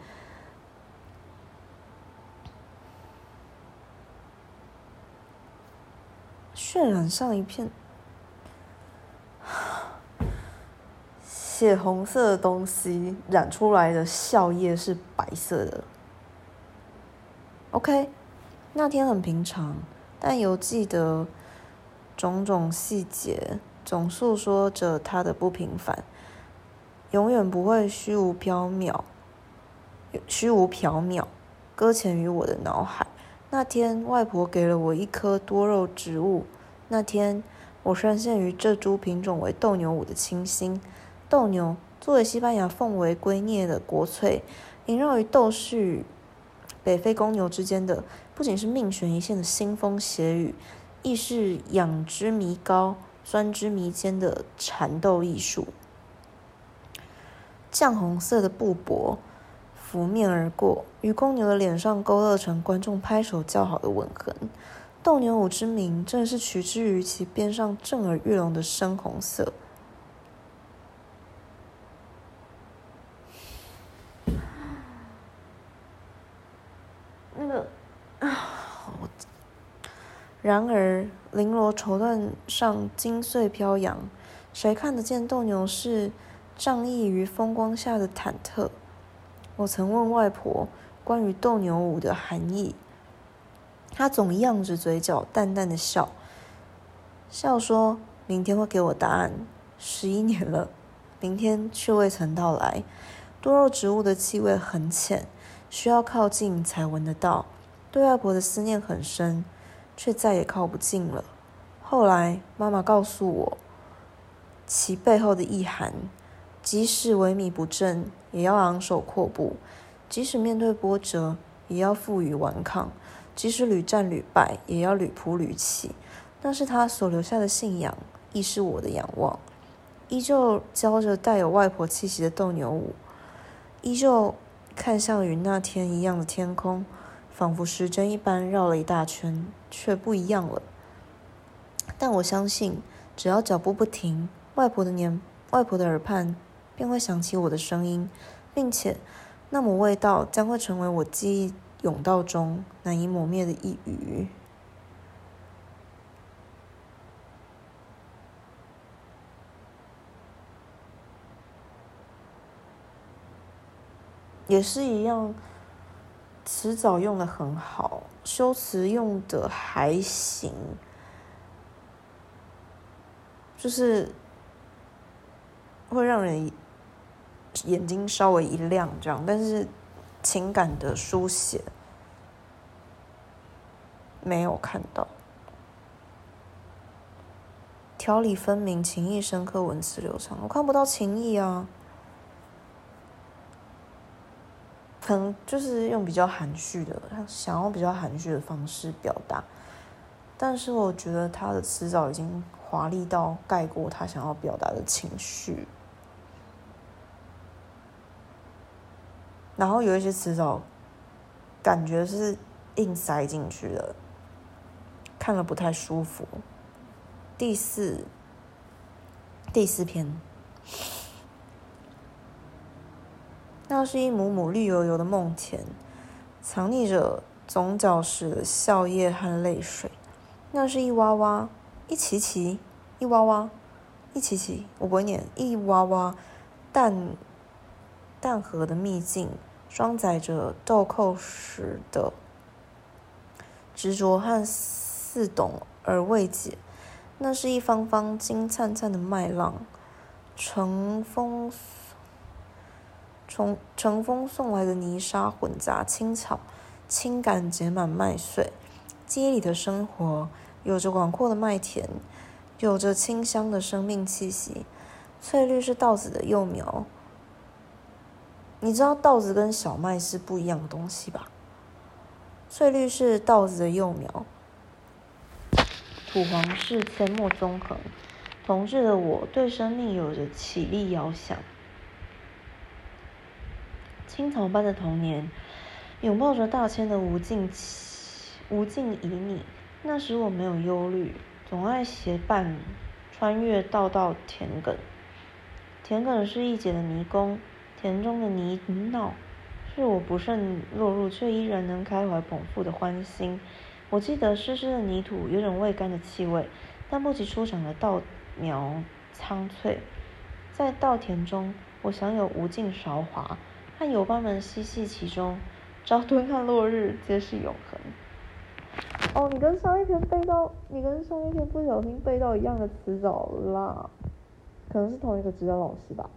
A: 渲染上一片血红色的东西，染出来的笑靥是白色的。OK， 那天很平常，但犹记得种种细节，总诉说着它的不平凡，永远不会虚无缥缈，虚无缥缈，搁浅于我的脑海。那天，外婆给了我一棵多肉植物， 那天，我深陷于这株品种为斗牛舞的清新。斗牛作为西班牙奉为圭臬的国粹，萦绕于斗士与北非公牛之间的，不仅是命悬一线的腥风血雨，亦是仰之弥高、钻之弥坚的缠斗艺术。绛红色的布帛拂面而过，于公牛的脸上勾勒成观众拍手叫好的吻痕。斗牛舞之名，正是取之于其边上震耳欲聋的深红色。那个，然而绫罗绸缎上金穗飘扬，谁看得见斗牛士仗义于风光下的忐忑？我曾问外婆关于斗牛舞的含义，她总漾着嘴角，淡淡的笑，笑说明天会给我答案。十一年了，明天却未曾到来。多肉植物的气味很浅，需要靠近才闻得到。对外婆的思念很深，却再也靠不近了。后来妈妈告诉我其背后的意涵，即使萎靡不振，也要昂首阔步；即使面对波折，也要负隅顽抗；即使屡战屡败，也要屡扑屡起。那是他所留下的信仰，亦是我的仰望。依旧教着带有外婆气息的斗牛舞，依旧看向与那天一样的天空，仿佛时针一般绕了一大圈，却不一样了。但我相信，只要脚步不停，外婆的年外婆的耳畔便会响起我的声音，并且那抹味道将会成为我记忆甬道中难以磨灭的一隅。也是一样，词藻用的很好，修辞用的还行，就是会让人眼睛稍微一亮这样，但是情感的书写没有看到，条理分明，情意深刻，文词流畅，我看不到情意啊。可能就是用比较含蓄的，想用比较含蓄的方式表达，但是我觉得他的词藻已经华丽到盖过他想要表达的情绪，然后有一些词藻感觉是硬塞进去的，看了不太舒服。第四第四篇。那是一亩亩绿油油的梦田，藏匿着总角时的笑靥和泪水。那是一洼洼，一畦畦，一洼洼，一畦畦，我不会念，一洼洼淡淡河的秘境，装载着豆蔻时的执着和似懂而未解。那是一方方金灿灿的麦浪，乘风从乘风送来的泥沙混杂青草，轻感结满麦穗。街里的生活有着广阔的麦田，有着清香的生命气息。翠绿是稻子的幼苗，你知道稻子跟小麦是不一样的东西吧？翠绿是稻子的幼苗，土黄是阡陌纵横。同志的我对生命有着绮丽遥想。青草般的童年，拥抱着大千的无尽无尽旖旎。那时我没有忧虑，总爱携伴穿越道道田埂。田埂是一姐的迷宫，田中的泥淖是我不慎落入却依然能开怀捧腹的欢欣。我记得湿湿的泥土有种未干的气味，但不及初长的稻苗苍翠。在稻田中，我享有无尽韶华。和友伴们嬉戏其中，朝敦和落日皆是永恒。哦，你跟上一篇背到，你跟上一篇不小心背到一样的词藻啦，可能是同一个指导老师吧。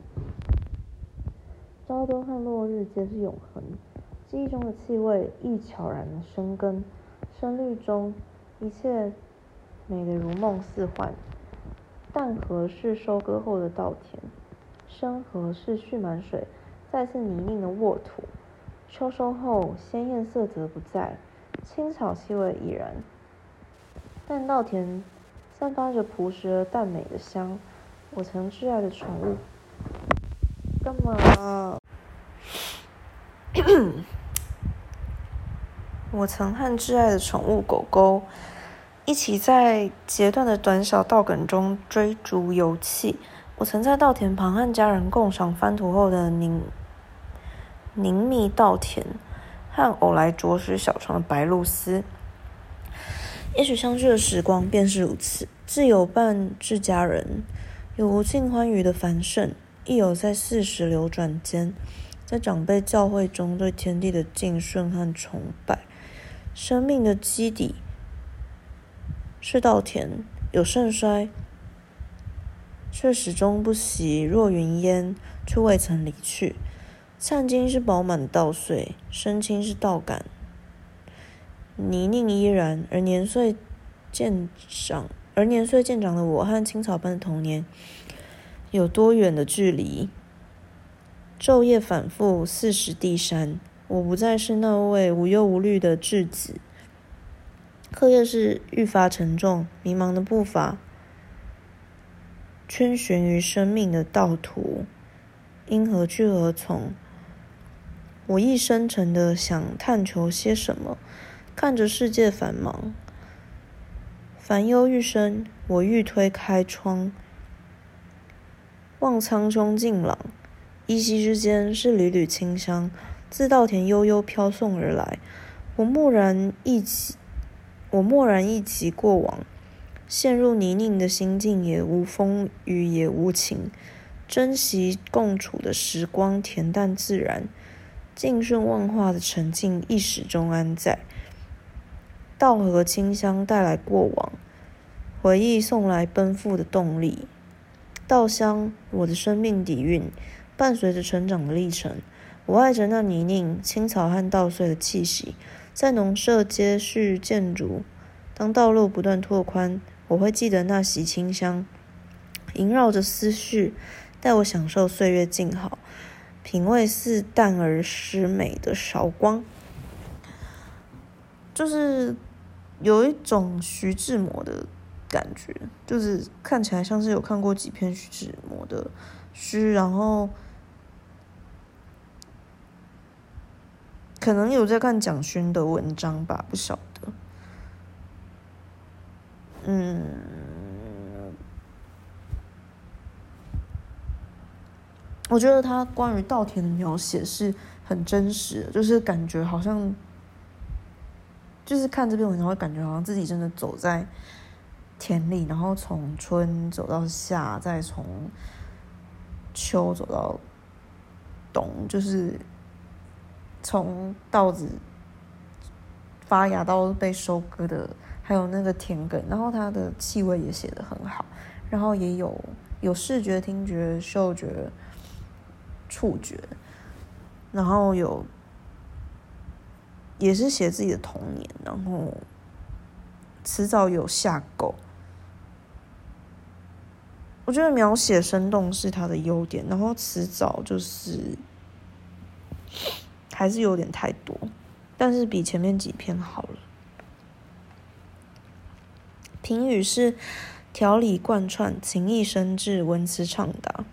A: 朝敦和落日皆是永恒，记忆中的气味亦悄然生根，深绿中一切美得如梦似幻。淡河是收割后的稻田，深河是蓄满水，再次泥泞的沃土。秋收后，鲜艳色泽不在，青草气味已然，但稻田散发着朴实而淡美的香。我曾挚爱的宠物，干嘛？我曾和挚爱的宠物狗狗一起在截断的短小稻埂中追逐游憩。我曾在稻田旁和家人共赏翻土后的凝凝密稻田，和偶来啄食小肠的白鹭鸶。也许相聚的时光便是如此，自有伴至家人，有无尽欢愉的繁盛，亦有在四时流转间，在长辈教诲中对天地的敬顺和崇拜。生命的基底是稻田，有盛衰，却始终不息若云烟，却未曾离去。灿金是饱满的稻穗，深青是稻杆，泥泞依然，而年岁渐长，而年岁渐长的我和青草般的童年有多远的距离？昼夜反复，四时地山。我不再是那位无忧无虑的稚子，课业是愈发沉重，迷茫的步伐圈旋于生命的道途，因何去何从？我亦深沉地想探求些什么，看着世界繁忙，烦忧愈深，我愈推开窗，望苍穹静朗，依稀之间是缕缕清香自稻田悠悠飘送而来。我蓦然忆起，我蓦然忆起过往，陷入泥泞的心境也无风雨也无晴，珍惜共处的时光，恬淡自然，静顺忘化的沉静亦始终安在。稻禾清香带来过往，回忆送来奔赴的动力。稻香，我的生命底蕴，伴随着成长的历程。我爱着那泥泞、青草和稻穗的气息，在农舍接续建筑，当道路不断拓宽，我会记得那袭清香，萦绕着思绪，带我享受岁月静好，品味似淡而实美的韶光。就是有一种徐志摩的感觉，就是看起来像是有看过几篇徐志摩的诗，然后可能有在看蒋勋的文章吧，不晓得。嗯，我觉得他关于稻田的描写是很真实的，就是感觉好像，就是看这篇文章会感觉好像自己真的走在田里，然后从春走到夏，再从秋走到冬，就是从稻子发芽到被收割的，还有那个田埂，然后它的气味也写得很好，然后也有有视觉、听觉、嗅觉、触觉，然后有也是写自己的童年，然后迟早有下构。我觉得描写生动是他的优点，然后迟早就是还是有点太多，但是比前面几篇好了。评语是条理贯穿，情意深挚，文辞畅达，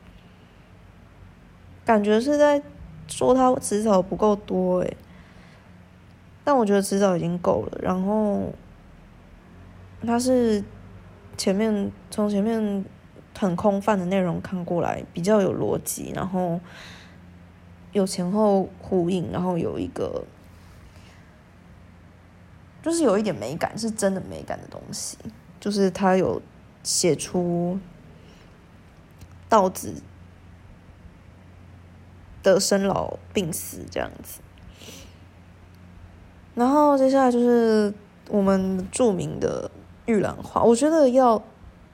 A: 感觉是在说他迟早不够多诶，但我觉得迟早已经够了。然后他是前面从前面很空泛的内容看过来比较有逻辑，然后有前后呼应，然后有一个就是有一点美感，是真的美感的东西，就是他有写出稻子的生老病死这样子。然后接下来就是我们著名的玉兰花，我觉得要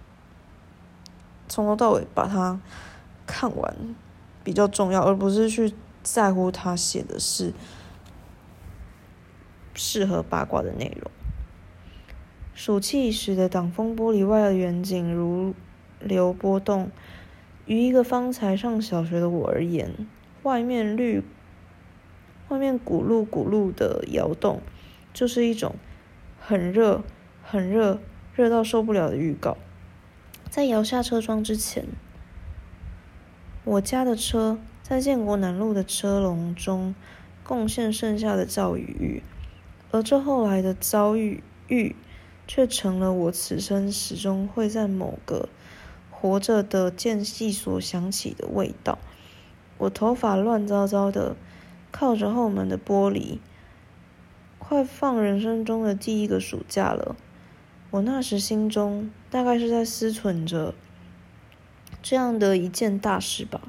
A: 从头到尾把它看完比较重要，而不是去在乎他写的是适合八卦的内容。 暑气时的挡风玻璃外的远景如流波动，于一个方才上小学的我而言，外面绿，外面咕噜咕噜的摇动，就是一种很热、很热、热到受不了的预告。在摇下车窗之前，我家的车在建国南路的车龙中贡献剩下的躁与欲，而这后来的遭遇欲却成了我此生始终会在某个活着的间隙所想起的味道。我头发乱糟糟的，靠着后门的玻璃，快放人生中的第一个暑假了。我那时心中大概是在思忖着这样的一件大事吧。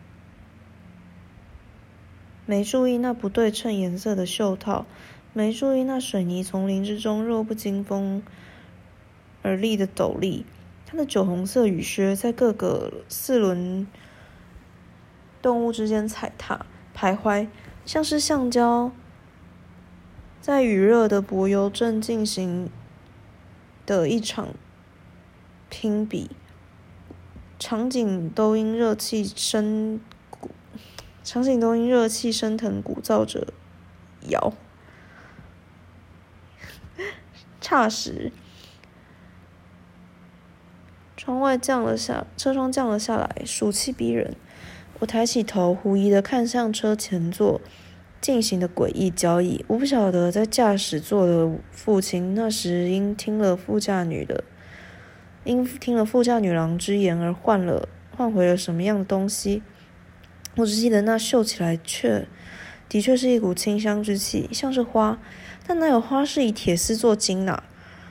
A: 没注意那不对称颜色的袖套，没注意那水泥丛林之中弱不禁风而立的斗笠，它的酒红色雨靴在各个四轮动物之间踩踏徘徊，像是橡胶在雨热的柏油正进行的一场拼比，场景都因热气升鼓，场景都因热气升腾鼓噪着摇。霎时，窗外降了下，车窗降了下来，暑气逼人。我抬起头，狐疑地看向车前座进行的诡异交易。我不晓得在驾驶座的父亲那时因听了副驾女的，因听了副驾女郎之言而换了换回了什么样的东西。我只记得那嗅起来却的确是一股清香之气，像是花，但哪有花是以铁丝做茎啊？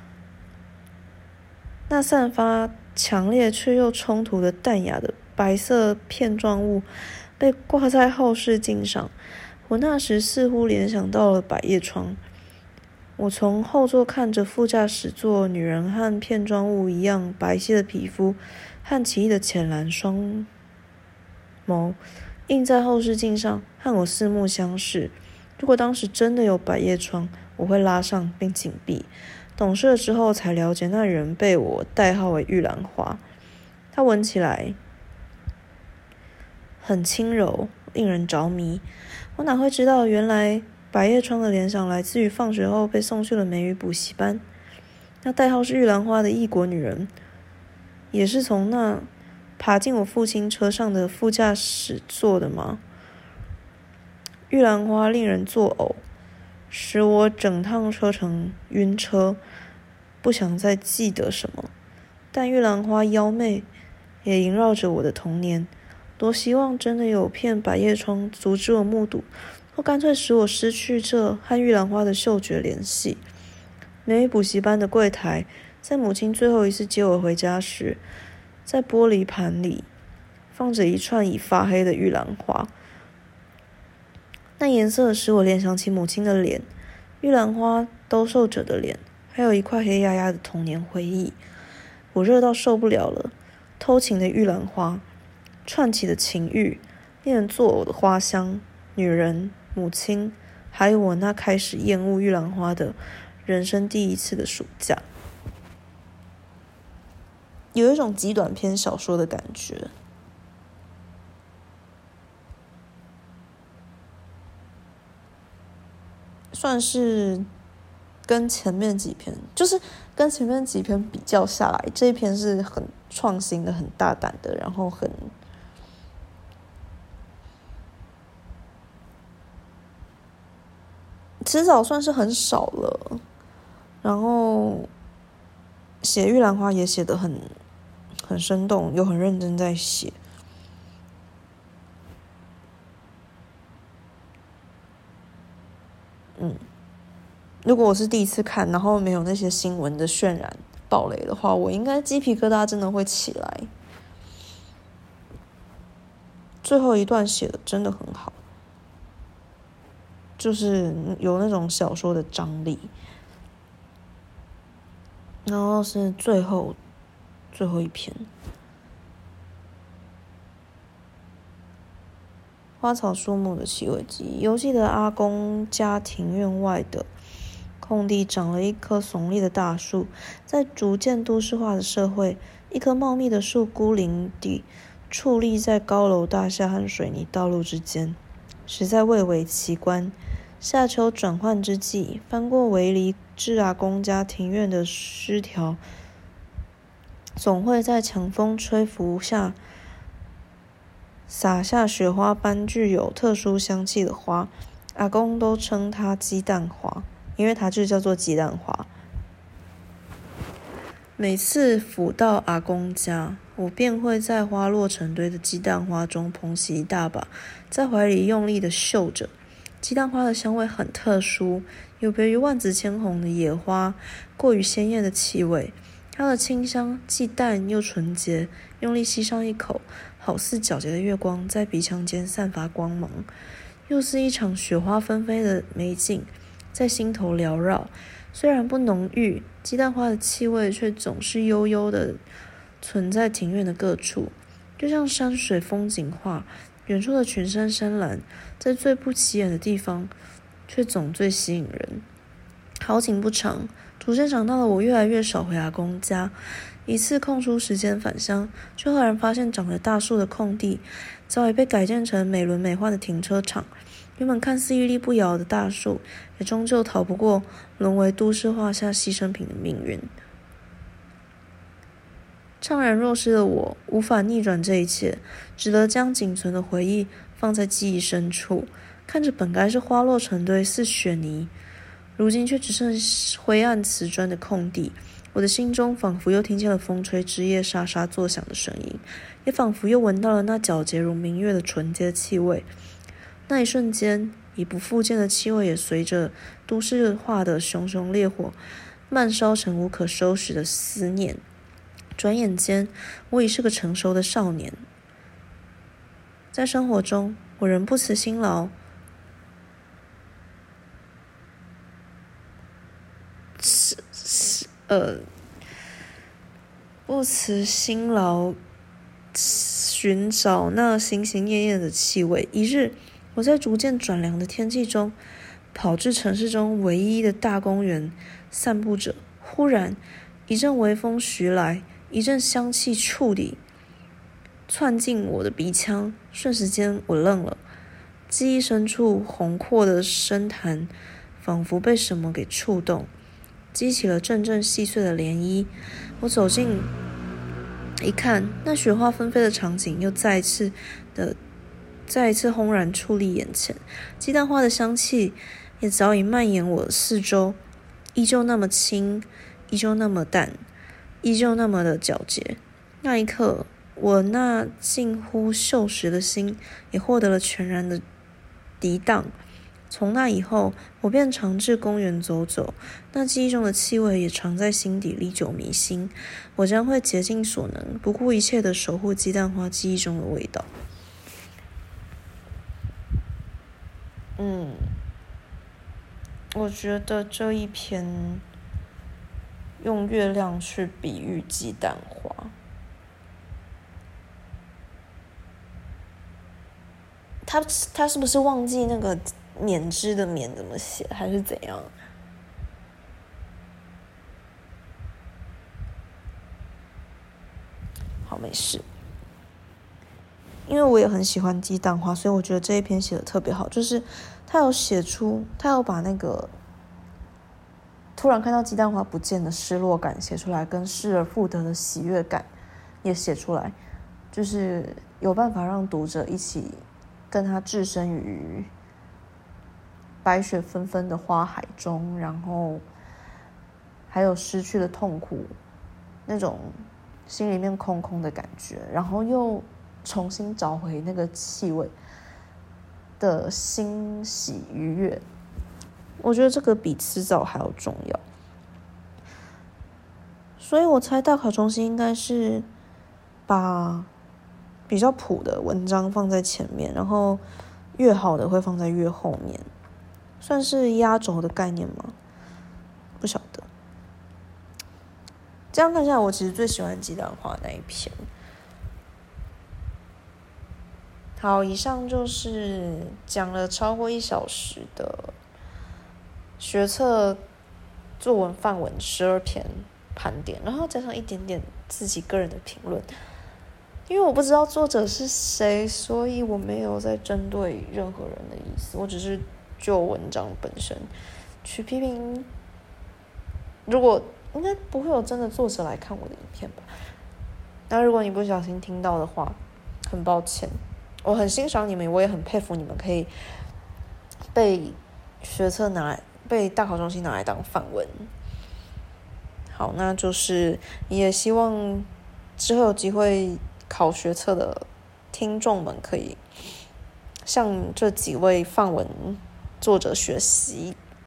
A: 那散发强烈却又冲突的淡雅的白色片状物被挂在后视镜上，我那时似乎联想到了百叶窗。我从后座看着副驾驶座女人和片状物一样白皙的皮肤和奇异的浅蓝双眸映在后视镜上，和我四目相视。如果当时真的有百叶窗，我会拉上并紧闭。懂事了之后才了解，那人被我代号为玉兰花。它闻起来很轻柔，令人着迷。我哪会知道，原来百叶窗的联想来自于放学后被送去了美语补习班。那代号是玉兰花的异国女人，也是从那爬进我父亲车上的副驾驶座的吗？玉兰花令人作呕，使我整趟车程晕车，不想再记得什么。但玉兰花妖媚也萦绕着我的童年，多希望真的有片百叶窗阻止我目睹，或干脆使我失去这和玉兰花的嗅觉联系。美语补习班的柜台，在母亲最后一次接我回家时，在玻璃盘里放着一串已发黑的玉兰花，那颜色使我联想起母亲的脸，玉兰花兜售者的脸，还有一块黑压压的童年回忆。我热到受不了了，偷情的玉兰花，串起的情欲，令人作呕的花香，女人、母亲，还有我那开始厌恶玉兰花的人生第一次的暑假。有一种极短篇小说的感觉。算是跟前面几篇，就是跟前面几篇比较下来，这一篇是很创新的、很大胆的，然后很迟早算是很少了。然后写玉兰花也写得很很生动，又很认真在写。嗯，如果我是第一次看，然后没有那些新闻的渲染爆雷的话，我应该鸡皮疙瘩真的会起来。最后一段写的真的很好，就是有那种小说的张力。然后是最后最后一篇，花草树木的气味记忆。犹记得阿公家庭院外的空地长了一棵耸立的大树，在逐渐都市化的社会，一棵茂密的树孤零地矗立在高楼大厦和水泥道路之间，实在蔚为奇观。夏秋转换之际，翻过围篱至阿公家庭院的枝条，总会在强风吹拂下洒下雪花般具有特殊香气的花，阿公都称它鸡蛋花，因为它就叫做鸡蛋花。每次抚到阿公家，我便会在花落成堆的鸡蛋花中捧起一大把，在怀里用力地嗅着。鸡蛋花的香味很特殊，有别于万紫千红的野花过于鲜艳的气味。它的清香既淡又纯洁，用力吸上一口，好似皎洁的月光在鼻腔间散发光芒，又是一场雪花纷飞的美景在心头缭绕。虽然不浓郁，鸡蛋花的气味却总是悠悠的存在庭院的各处，就像山水风景画，远处的群山山岚，在最不起眼的地方，却总最吸引人。好景不长，逐渐长大的我越来越少回阿公家。一次空出时间返乡，却赫然发现长着大树的空地，早已被改建成美轮美奂的停车场。原本看似屹立不摇的大树，也终究逃不过沦为都市化下牺牲品的命运。怅然若失的我，无法逆转这一切，只得将仅存的回忆放在记忆深处，看着本该是花落成堆似雪泥，如今却只剩灰暗瓷砖的空地。我的心中仿佛又听见了风吹枝叶沙沙作响的声音，也仿佛又闻到了那皎洁如明月的纯洁气味。那一瞬间，已不复见的气味也随着都市化的熊熊烈火慢烧成无可收拾的思念。转眼间，我已是个成熟的少年。在生活中，我仍不辞辛劳，是是呃，不辞辛劳寻找那心心念念的气味。一日，我在逐渐转凉的天气中，跑至城市中唯一的大公园散步着。忽然，一阵微风徐来，一阵香气触底窜进我的鼻腔，瞬时间我愣了。记忆深处宏阔的深潭仿佛被什么给触动，激起了阵阵细碎的涟漪。我走近一看，那雪花纷飞的场景又再一次的再一次轰然矗立眼前。鸡蛋花的香气也早已蔓延我四周，依旧那么轻，依旧那么淡，依旧那么的皎洁。那一刻，我那近乎锈蚀的心也获得了全然的涤荡。从那以后，我便常至公园走走，那记忆中的气味也常在心底历久弥新。我将会竭尽所能，不顾一切地守护鸡蛋花记忆中的味道。嗯，我觉得这一篇用月亮去比喻鸡蛋花，他他是不是忘记那个棉枝的棉怎么写，还是怎样？好，没事。因为我也很喜欢鸡蛋花，所以我觉得这一篇写的特别好。就是他有写出，他有把那个突然看到鸡蛋花不见的失落感写出来，跟失而复得的喜悦感也写出来，就是有办法让读者一起跟他置身于白雪纷纷的花海中，然后还有失去的痛苦，那种心里面空空的感觉，然后又重新找回那个气味的欣喜愉悦。我觉得这个比迟早还要重要，所以我猜大考中心应该是把比较普的文章放在前面，然后越好的会放在越后面，算是压轴的概念吗？不晓得。这样看下来，我其实最喜欢鸡蛋花那一篇。好，以上就是讲了超过一小时的学测作文范文十二篇盘点，然后加上一点点自己个人的评论。因为我不知道作者是谁，所以我没有在针对任何人的意思，我只是就文章本身去批评。如果应该不会有真的作者来看我的影片吧？那如果你不小心听到的话，很抱歉。我很欣赏你们，我也很佩服你们可以被学测拿来被大考中心拿来当范文。好，那就是也希望之后有机会考学测的听众们可以向这几位范文作者学习。